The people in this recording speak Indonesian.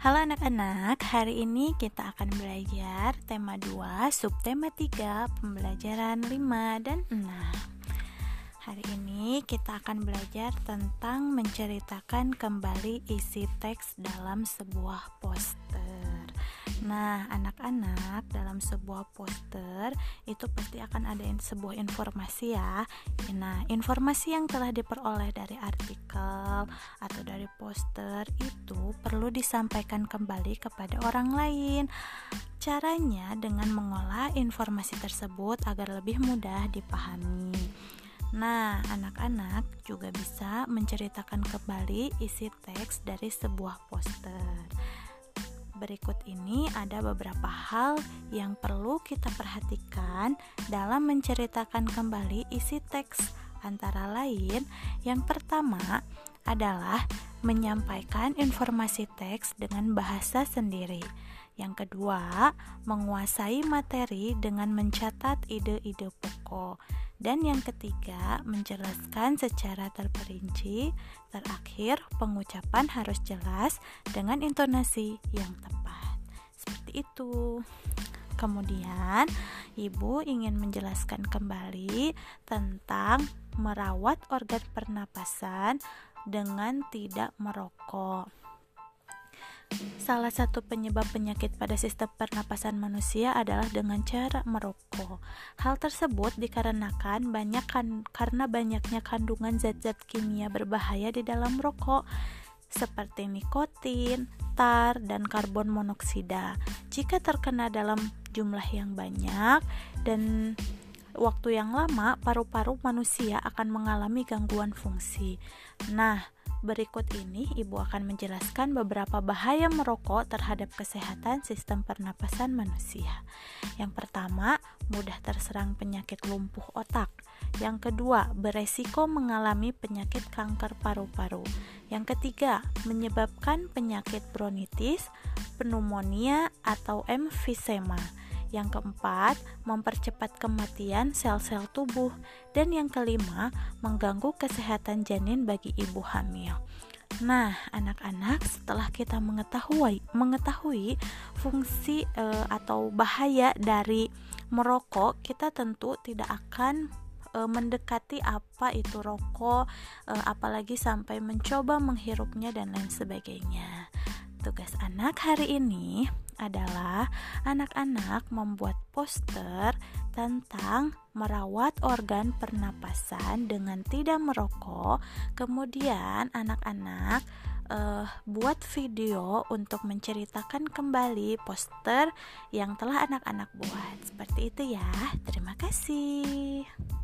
Halo anak-anak, hari ini kita akan belajar tema 2, subtema 3, pembelajaran 5 dan 6. Hari ini kita akan belajar tentang menceritakan kembali isi teks dalam sebuah poster. Nah, anak-anak, dalam sebuah poster itu pasti akan ada sebuah informasi ya. Nah, informasi yang telah diperoleh dari artikel atau dari poster itu perlu disampaikan kembali kepada orang lain. Caranya dengan mengolah informasi tersebut agar lebih mudah dipahami. Nah, anak-anak juga bisa menceritakan kembali isi teks dari sebuah poster. Berikut ini ada beberapa hal yang perlu kita perhatikan dalam menceritakan kembali isi teks. Antara lain, yang pertama adalah menyampaikan informasi teks dengan bahasa sendiri. Yang kedua, menguasai materi dengan mencatat ide-ide pokok. Dan yang ketiga, menjelaskan secara terperinci. Terakhir, pengucapan harus jelas dengan intonasi yang tepat. Seperti itu. Kemudian, Ibu ingin menjelaskan kembali tentang merawat organ pernapasan dengan tidak merokok. Salah satu penyebab penyakit pada sistem pernapasan manusia adalah dengan cara merokok. Hal tersebut dikarenakan karena banyaknya kandungan zat-zat kimia berbahaya di dalam rokok seperti nikotin, tar, dan karbon monoksida. Jika terkena dalam jumlah yang banyak dan waktu yang lama, paru-paru manusia akan mengalami gangguan fungsi. Nah, berikut ini Ibu akan menjelaskan beberapa bahaya merokok terhadap kesehatan sistem pernapasan manusia. Yang pertama, mudah terserang penyakit lumpuh otak. Yang kedua, beresiko mengalami penyakit kanker paru-paru. Yang ketiga, menyebabkan penyakit bronkitis, pneumonia, atau emfisema. Yang keempat, mempercepat kematian sel-sel tubuh. Dan yang kelima, mengganggu kesehatan janin bagi ibu hamil. Nah, anak-anak, setelah kita mengetahui fungsi atau bahaya dari merokok, kita tentu tidak akan mendekati apa itu rokok, apalagi sampai mencoba menghirupnya dan lain sebagainya. Tugas anak hari ini adalah anak-anak membuat poster tentang merawat organ pernapasan dengan tidak merokok. Kemudian anak-anak buat video untuk menceritakan kembali poster yang telah anak-anak buat. Seperti itu ya. Terima kasih.